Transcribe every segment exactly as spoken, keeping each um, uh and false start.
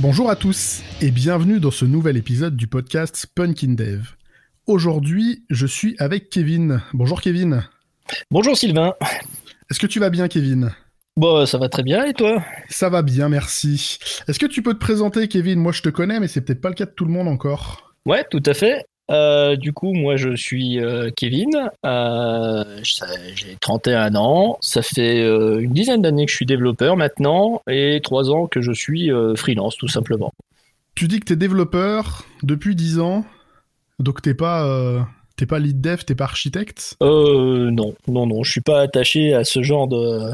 Bonjour à tous et bienvenue dans ce nouvel épisode du podcast Punkin Dev. Aujourd'hui, je suis avec Kevin. Bonjour Kevin. Bonjour Sylvain. Est-ce que tu vas bien Kevin ? Bon, ça va très bien et toi ? Ça va bien, merci. Est-ce que tu peux te présenter Kevin ? Moi je te connais mais c'est peut-être pas le cas de tout le monde encore. Ouais, tout à fait. Euh, du coup, moi je suis euh, Kevin, euh, j'ai trente et un ans, ça fait euh, une dizaine d'années que je suis développeur maintenant et trois ans que je suis euh, freelance tout simplement. Tu dis que t'es développeur depuis dix ans, donc t'es pas, euh, t'es pas lead dev, t'es pas architecte ? Euh, non, non, non, je suis pas attaché à ce genre de,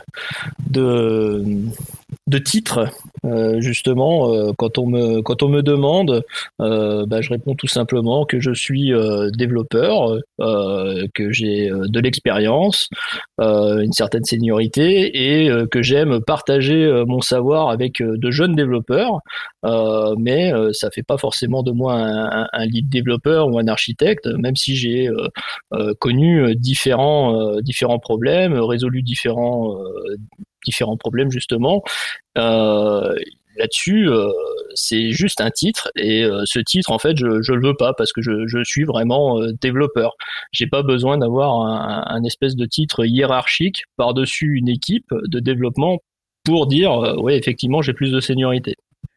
de, de titre. Euh, justement, euh, quand on me quand on me demande, euh, bah, je réponds tout simplement que je suis euh, développeur, euh, que j'ai euh, de l'expérience, euh, une certaine seniorité et euh, que j'aime partager euh, mon savoir avec euh, de jeunes développeurs. Euh, mais euh, ça fait pas forcément de moi un, un, un lead développeur ou un architecte, même si j'ai euh, euh, connu différents euh, différents problèmes, résolu différents euh, différents problèmes justement. Euh, là-dessus, euh, c'est juste un titre et euh, ce titre, en fait, je je le veux pas parce que je je suis vraiment euh, développeur. J'ai pas besoin d'avoir un, un espèce de titre hiérarchique par-dessus une équipe de développement pour dire euh, ouais, effectivement, j'ai plus de seniorité.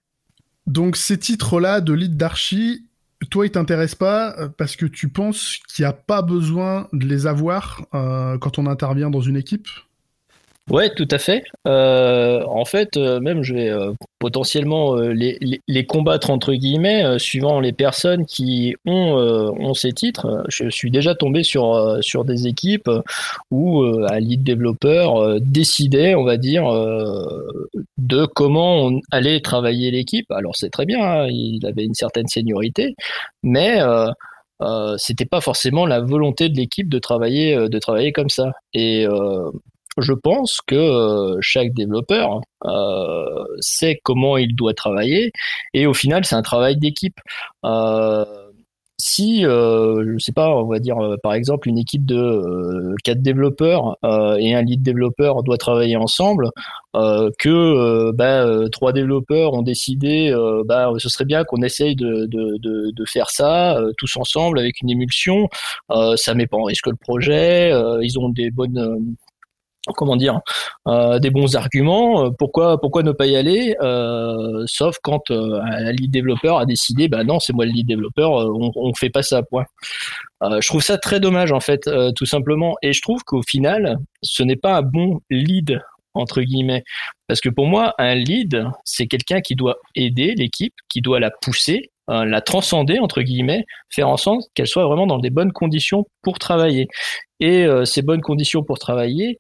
Donc ces titres-là de lead d'archi, toi ils t'intéressent pas parce que tu penses qu'il n'y a pas besoin de les avoir euh, quand on intervient dans une équipe ? Ouais, tout à fait. Euh, en fait, euh, même je vais euh, potentiellement euh, les, les, les combattre entre guillemets, euh, suivant les personnes qui ont euh, ont ces titres. Je suis déjà tombé sur euh, sur des équipes où euh, un lead développeur euh, décidait, on va dire, euh, de comment on allait travailler l'équipe. Alors c'est très bien, hein, il avait une certaine seniorité, mais euh, euh, c'était pas forcément la volonté de l'équipe de travailler euh, de travailler comme ça. Et euh, je pense que euh, chaque développeur euh, sait comment il doit travailler et au final c'est un travail d'équipe. Euh, si, euh, je sais pas, on va dire euh, par exemple une équipe de euh, quatre développeurs euh, et un lead développeur doit travailler ensemble, euh, que euh, bah, euh, trois développeurs ont décidé, euh, bah, ce serait bien qu'on essaye de, de, de, de faire ça euh, tous ensemble avec une émulsion. Euh, ça met pas en risque le projet. Euh, ils ont des bonnes euh, comment dire, euh, des bons arguments. Pourquoi, pourquoi ne pas y aller euh, sauf quand euh, un lead développeur a décidé, bah non, c'est moi le lead développeur, on, on fait pas ça, point. Euh, je trouve ça très dommage en fait, euh, tout simplement. Et je trouve qu'au final, ce n'est pas un bon lead entre guillemets, parce que pour moi, un lead, c'est quelqu'un qui doit aider l'équipe, qui doit la pousser, euh, la transcender entre guillemets, faire en sorte qu'elle soit vraiment dans des bonnes conditions pour travailler. Et euh, ces bonnes conditions pour travailler,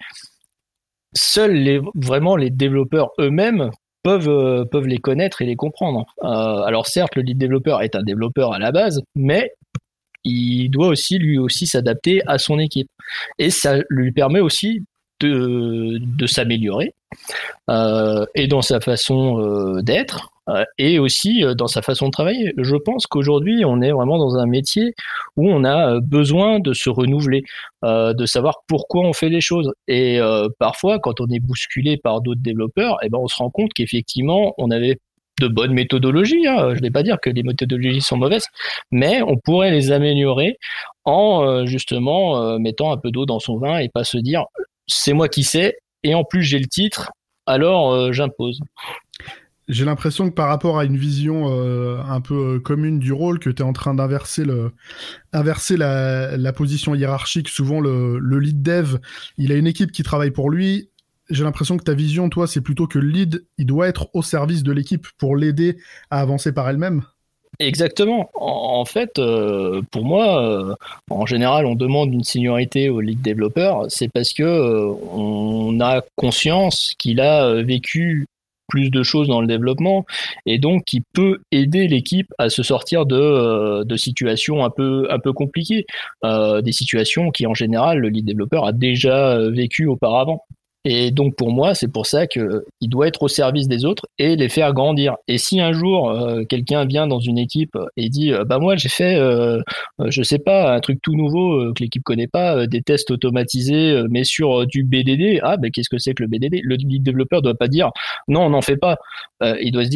seuls les, vraiment les développeurs eux-mêmes peuvent, euh, peuvent les connaître et les comprendre. Euh, alors certes, le lead développeur est un développeur à la base, mais il doit aussi lui aussi s'adapter à son équipe. Et ça lui permet aussi de, de s'améliorer euh, et dans sa façon euh, d'être euh, et aussi euh, dans sa façon de travailler. Je pense qu'aujourd'hui, on est vraiment dans un métier où on a besoin de se renouveler, euh, de savoir pourquoi on fait les choses. Et euh, parfois, quand on est bousculé par d'autres développeurs, eh ben, on se rend compte qu'effectivement, on avait de bonnes méthodologies. Hein. Je ne vais pas dire que les méthodologies sont mauvaises, mais on pourrait les améliorer en euh, justement euh, mettant un peu d'eau dans son vin et pas se dire c'est moi qui sais et en plus j'ai le titre, alors euh, j'impose. J'ai l'impression que par rapport à une vision euh, un peu euh, commune du rôle, que tu es en train d'inverser le, inverser la, la position hiérarchique. Souvent, le, le lead dev, il a une équipe qui travaille pour lui. J'ai l'impression que ta vision, toi, c'est plutôt que le lead, il doit être au service de l'équipe pour l'aider à avancer par elle-même. Exactement. En, en fait, euh, pour moi, euh, en général, on demande une seniorité au lead développeur, c'est parce que euh, on a conscience qu'il a euh, vécu plus de choses dans le développement et donc qui peut aider l'équipe à se sortir de, euh, de situations un peu, un peu compliquées, euh, des situations qui en général le lead développeur a déjà vécu auparavant. Et donc pour moi, c'est pour ça que il doit être au service des autres et les faire grandir. Et si un jour euh, quelqu'un vient dans une équipe et dit euh, bah moi j'ai fait euh, je sais pas un truc tout nouveau euh, que l'équipe connaît pas, euh, des tests automatisés euh, mais sur euh, du B D D, ah ben bah, qu'est-ce que c'est que le B D D? Le lead développeur doit pas dire non on n'en fait pas. Euh, il doit se dire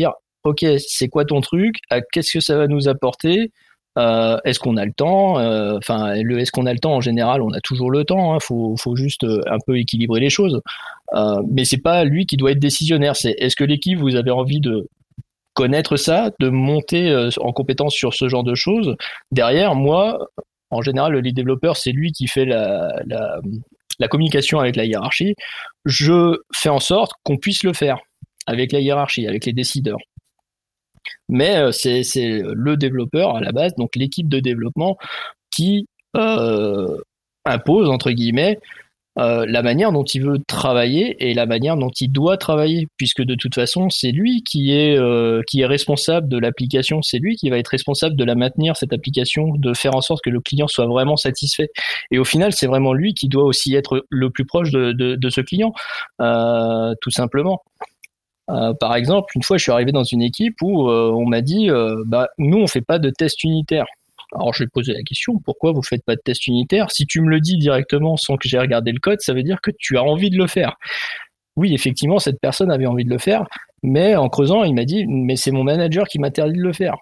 ok, c'est quoi ton truc, à, qu'est-ce que ça va nous apporter, euh, est-ce qu'on a le temps, enfin, euh, le est-ce qu'on a le temps, en général, on a toujours le temps, hein, faut, faut juste un peu équilibrer les choses, euh, mais c'est pas lui qui doit être décisionnaire, c'est est-ce que l'équipe, vous avez envie de connaître ça, de monter euh, en compétence sur ce genre de choses. Derrière, moi, en général, le lead développeur, c'est lui qui fait la, la, la communication avec la hiérarchie. Je fais en sorte qu'on puisse le faire avec la hiérarchie, avec les décideurs. Mais euh, c'est, c'est le développeur à la base, donc l'équipe de développement, qui euh, impose, entre guillemets, Euh, la manière dont il veut travailler et la manière dont il doit travailler, puisque de toute façon c'est lui qui est euh, qui est responsable de l'application, c'est lui qui va être responsable de la maintenir, cette application, de faire en sorte que le client soit vraiment satisfait. Et au final, c'est vraiment lui qui doit aussi être le plus proche de, de, de ce client, euh, tout simplement. Euh, par exemple, une fois, je suis arrivé dans une équipe où euh, on m'a dit, euh, bah nous on fait pas de test unitaire. Alors je vais poser la question, pourquoi vous faites pas de test unitaire? Si tu me le dis directement sans que j'ai regardé le code, ça veut dire que tu as envie de le faire. Oui, effectivement, cette personne avait envie de le faire, mais en creusant, il m'a dit, mais c'est mon manager qui m'interdit de le faire.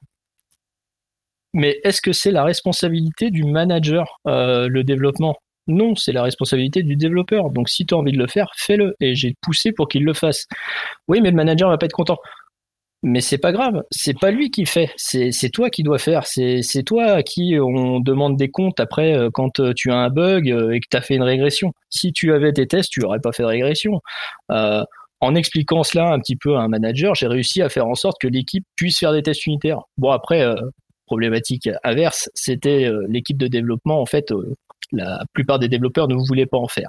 Mais est-ce que c'est la responsabilité du manager, euh, le développement? Non, c'est la responsabilité du développeur. Donc si tu as envie de le faire, fais-le. Et j'ai poussé pour qu'il le fasse. Oui, mais le manager va pas être content. Mais c'est pas grave, c'est pas lui qui fait, c'est, c'est toi qui dois faire, c'est, c'est toi à qui on demande des comptes après euh, quand euh, tu as un bug euh, et que tu as fait une régression. Si tu avais tes tests, tu n'aurais pas fait de régression. Euh, en expliquant cela un petit peu à un manager, j'ai réussi à faire en sorte que l'équipe puisse faire des tests unitaires. Bon, après, euh, problématique inverse, c'était euh, l'équipe de développement, en fait, euh, la plupart des développeurs ne voulaient pas en faire.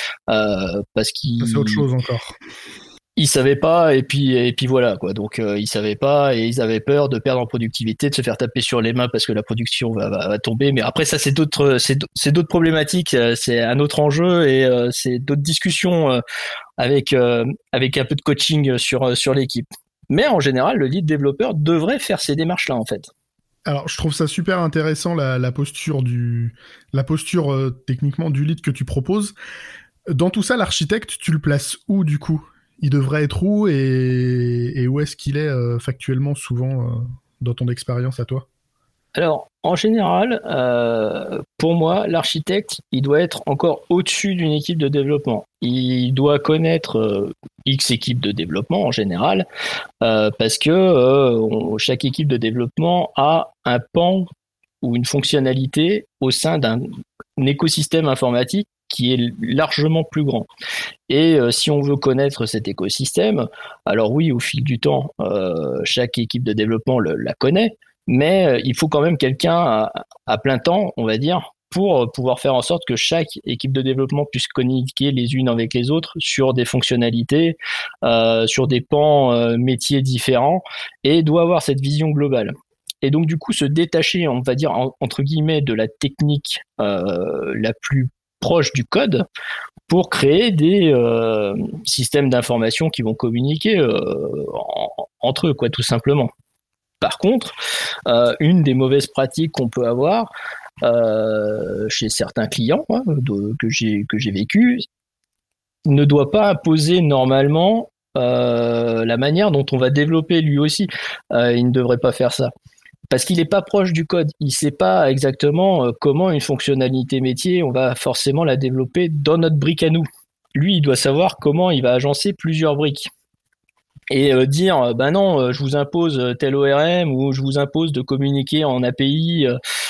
Euh, parce qu'ils... C'est autre chose encore. Ils savaient pas et puis et puis voilà quoi, donc euh, ils savaient pas et ils avaient peur de perdre en productivité, de se faire taper sur les mains parce que la production va, va, va tomber. Mais après ça c'est d'autres c'est, c'est d'autres problématiques, c'est un autre enjeu et euh, c'est d'autres discussions euh, avec euh, avec un peu de coaching sur sur l'équipe. Mais en général le lead développeur devrait faire ces démarches là en fait. Alors, je trouve ça super intéressant la, la posture du la posture euh, techniquement du lead que tu proposes. Dans tout ça, l'architecte, tu le places où du coup? Il devrait être où et, et où est-ce qu'il est euh, factuellement souvent euh, dans ton expérience à toi? Alors, en général, euh, pour moi, l'architecte, il doit être encore au-dessus d'une équipe de développement. Il doit connaître euh, X équipes de développement en général, euh, parce que euh, on, chaque équipe de développement a un pan ou une fonctionnalité au sein d'un écosystème informatique qui est largement plus grand. Et euh, si on veut connaître cet écosystème, alors oui, au fil du temps, euh, chaque équipe de développement le, la connaît, mais euh, il faut quand même quelqu'un à, à plein temps, on va dire, pour pouvoir faire en sorte que chaque équipe de développement puisse communiquer les unes avec les autres sur des fonctionnalités, euh, sur des pans euh, métiers différents, et doit avoir cette vision globale. Et donc du coup, se détacher, on va dire, en, entre guillemets, de la technique euh, la plus proche du code pour créer des euh, systèmes d'information qui vont communiquer euh, en, entre eux, quoi, tout simplement. Par contre, euh, une des mauvaises pratiques qu'on peut avoir euh, chez certains clients hein, de, que j'ai que j'ai vécu ne doit pas imposer normalement euh, la manière dont on va développer lui aussi. Euh, il ne devrait pas faire ça. Parce qu'il n'est pas proche du code, il ne sait pas exactement comment une fonctionnalité métier, on va forcément la développer dans notre brique à nous. Lui, il doit savoir comment il va agencer plusieurs briques. Et euh, dire, ben non, euh, je vous impose tel O R M ou je vous impose de communiquer en A P I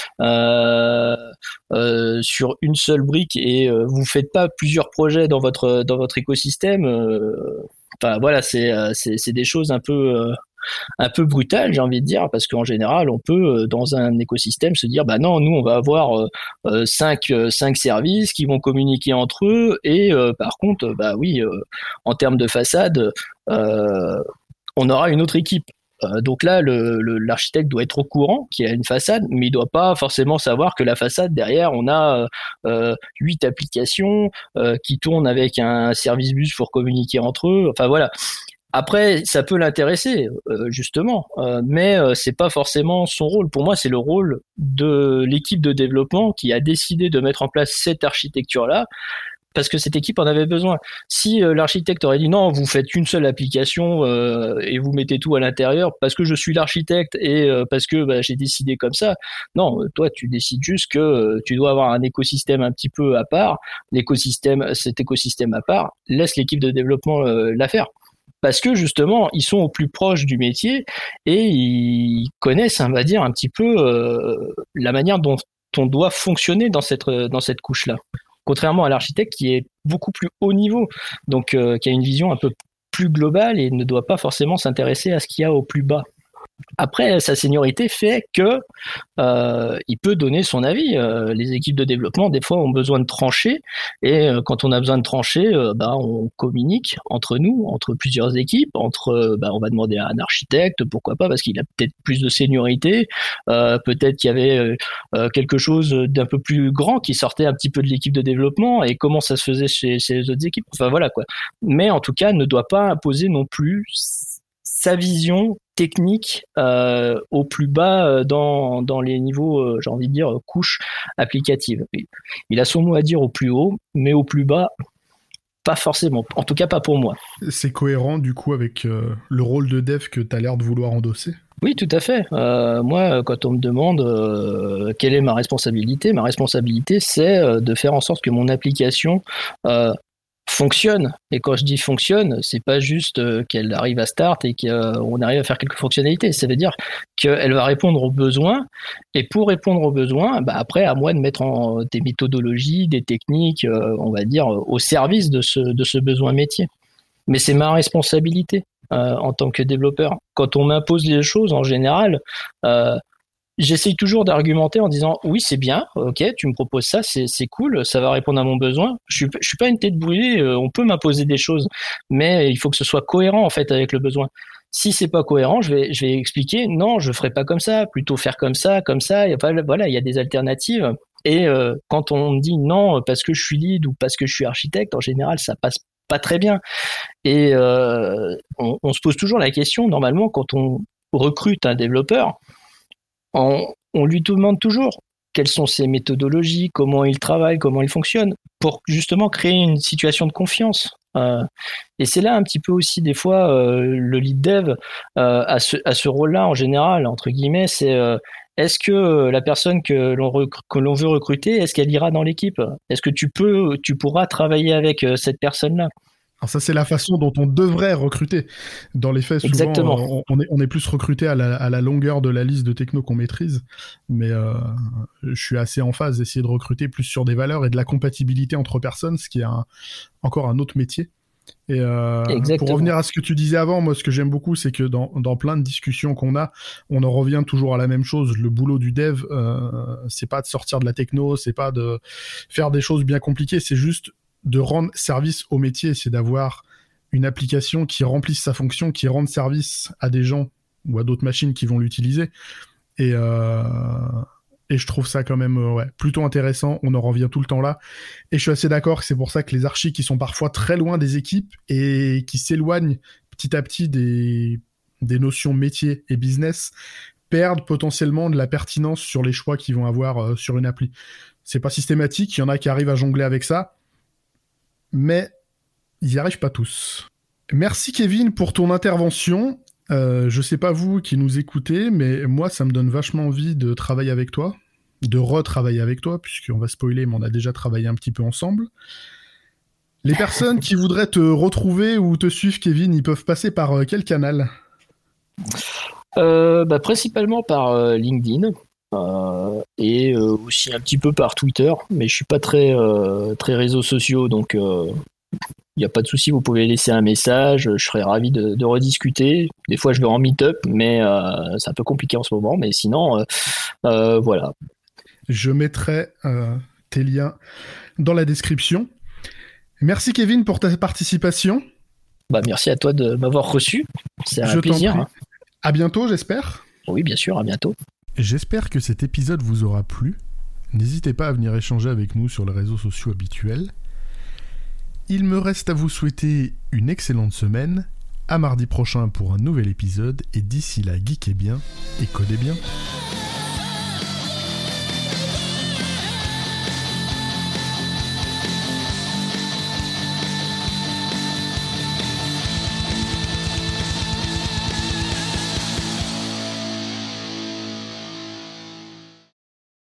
euh, euh, sur une seule brique et euh, vous faites pas plusieurs projets dans votre dans votre écosystème. Euh, enfin voilà, c'est c'est c'est des choses un peu euh, un peu brutal, j'ai envie de dire, parce qu'en général, on peut, dans un écosystème, se dire, bah non, nous, on va avoir euh, cinq, euh, cinq services qui vont communiquer entre eux, et euh, par contre, bah oui, euh, en termes de façade, euh, on aura une autre équipe. Euh, donc là, le, le, l'architecte doit être au courant qu'il y a une façade, mais il doit pas forcément savoir que la façade, derrière, on a euh, huit applications euh, qui tournent avec un service bus pour communiquer entre eux. Enfin voilà. Après, ça peut l'intéresser, euh, justement, euh, mais euh, c'est pas forcément son rôle. Pour moi, c'est le rôle de l'équipe de développement qui a décidé de mettre en place cette architecture-là, parce que cette équipe en avait besoin. Si euh, l'architecte aurait dit non, vous faites une seule application euh, et vous mettez tout à l'intérieur parce que je suis l'architecte et euh, parce que bah, j'ai décidé comme ça, non, toi tu décides juste que euh, tu dois avoir un écosystème un petit peu à part, l'écosystème, cet écosystème à part, laisse l'équipe de développement euh, la faire. Parce que justement, ils sont au plus proche du métier et ils connaissent, on va dire, un petit peu euh, la manière dont on doit fonctionner dans cette, dans cette couche-là. Contrairement à l'architecte qui est beaucoup plus haut niveau, donc euh, qui a une vision un peu plus globale et ne doit pas forcément s'intéresser à ce qu'il y a au plus bas. Après, sa seniorité fait que euh, il peut donner son avis. Euh, les équipes de développement, des fois, ont besoin de trancher, et euh, quand on a besoin de trancher, euh, bah, on communique entre nous, entre plusieurs équipes. Entre, euh, bah, on va demander à un architecte, pourquoi pas, parce qu'il a peut-être plus de seniorité. Euh, peut-être qu'il y avait euh, quelque chose d'un peu plus grand qui sortait un petit peu de l'équipe de développement, et comment ça se faisait chez, chez les autres équipes. Enfin voilà quoi. Mais en tout cas, ne doit pas imposer non plus sa vision technique euh, au plus bas euh, dans, dans les niveaux, euh, j'ai envie de dire, couches applicatives. Il a son mot à dire au plus haut, mais au plus bas, pas forcément. En tout cas, pas pour moi. C'est cohérent, du coup, avec euh, le rôle de dev que tu as l'air de vouloir endosser ? Oui, tout à fait. Euh, moi, quand on me demande euh, quelle est ma responsabilité, ma responsabilité, c'est euh, de faire en sorte que mon application euh, fonctionne. Et quand je dis fonctionne, c'est pas juste euh, qu'elle arrive à start et qu'on arrive à faire quelques fonctionnalités. Ça veut dire qu'elle va répondre aux besoins. Et pour répondre aux besoins, bah après, à moi de mettre en des méthodologies, des techniques, euh, on va dire, au service de ce, de ce besoin métier. Mais c'est ma responsabilité euh, en tant que développeur. Quand on m'impose les choses, en général, euh, j'essaye toujours d'argumenter en disant oui, c'est bien, ok, tu me proposes ça, c'est, c'est cool, ça va répondre à mon besoin. Je suis, je suis pas une tête brûlée, euh, on peut m'imposer des choses, mais il faut que ce soit cohérent en fait avec le besoin. Si c'est pas cohérent, je vais, je vais expliquer non, je ferai pas comme ça, plutôt faire comme ça, comme ça. Et voilà, il y a des alternatives. Et euh, quand on me dit non parce que je suis lead ou parce que je suis architecte, en général, ça passe pas très bien. Et euh, on, on se pose toujours la question, normalement, quand on recrute un développeur, On, on lui demande toujours quelles sont ses méthodologies, comment il travaille, comment il fonctionne, pour justement créer une situation de confiance. Euh, et c'est là un petit peu aussi des fois euh, le lead dev euh, à ce, à ce rôle-là en général, entre guillemets, c'est euh, est-ce que la personne que l'on, rec- que l'on veut recruter, est-ce qu'elle ira dans l'équipe ? Est-ce que tu peux, tu pourras travailler avec cette personne-là ? Alors ça, c'est la façon dont on devrait recruter. Dans les faits, souvent, Exactement. on, on, est, on est plus recruté à la, à la longueur de la liste de techno qu'on maîtrise. Mais euh, je suis assez en phase d'essayer de recruter plus sur des valeurs et de la compatibilité entre personnes, ce qui est un, encore un autre métier. Et euh, pour revenir à ce que tu disais avant, moi, ce que j'aime beaucoup, c'est que dans, dans plein de discussions qu'on a, on en revient toujours à la même chose. Le boulot du dev, euh, c'est pas de sortir de la techno, c'est pas de faire des choses bien compliquées, c'est juste de rendre service au métier, c'est d'avoir une application qui remplisse sa fonction, qui rende service à des gens ou à d'autres machines qui vont l'utiliser. Et, euh, et je trouve ça quand même euh, ouais, plutôt intéressant. On en revient tout le temps là. Et je suis assez d'accord que c'est pour ça que les archis qui sont parfois très loin des équipes et qui s'éloignent petit à petit des, des notions métier et business perdent potentiellement de la pertinence sur les choix qu'ils vont avoir euh, sur une appli. C'est pas systématique, il y en a qui arrivent à jongler avec ça, mais ils n'y arrivent pas tous. Merci Kevin pour ton intervention. Euh, je sais pas vous qui nous écoutez, mais moi ça me donne vachement envie de travailler avec toi, de retravailler avec toi, puisqu'on va spoiler, mais on a déjà travaillé un petit peu ensemble. Les personnes qui voudraient te retrouver ou te suivre, Kevin, ils peuvent passer par euh, quel canal ? euh, bah, Principalement par euh, LinkedIn. Euh, et euh, aussi un petit peu par Twitter, mais je suis pas très euh, très réseaux sociaux, donc il euh, n'y a pas de souci, vous pouvez laisser un message, je serais ravi de, de rediscuter. Des fois je vais en meet-up, mais euh, c'est un peu compliqué en ce moment, mais sinon euh, euh, voilà. Je mettrai euh, tes liens dans la description. Merci Kevin pour ta participation. Bah merci à toi de m'avoir reçu, c'est un je plaisir. Hein. À bientôt, j'espère. Oui, bien sûr, à bientôt. J'espère que cet épisode vous aura plu. N'hésitez pas à venir échanger avec nous sur les réseaux sociaux habituels. Il me reste à vous souhaiter une excellente semaine. À mardi prochain pour un nouvel épisode. Et d'ici là, geekez bien et codez bien.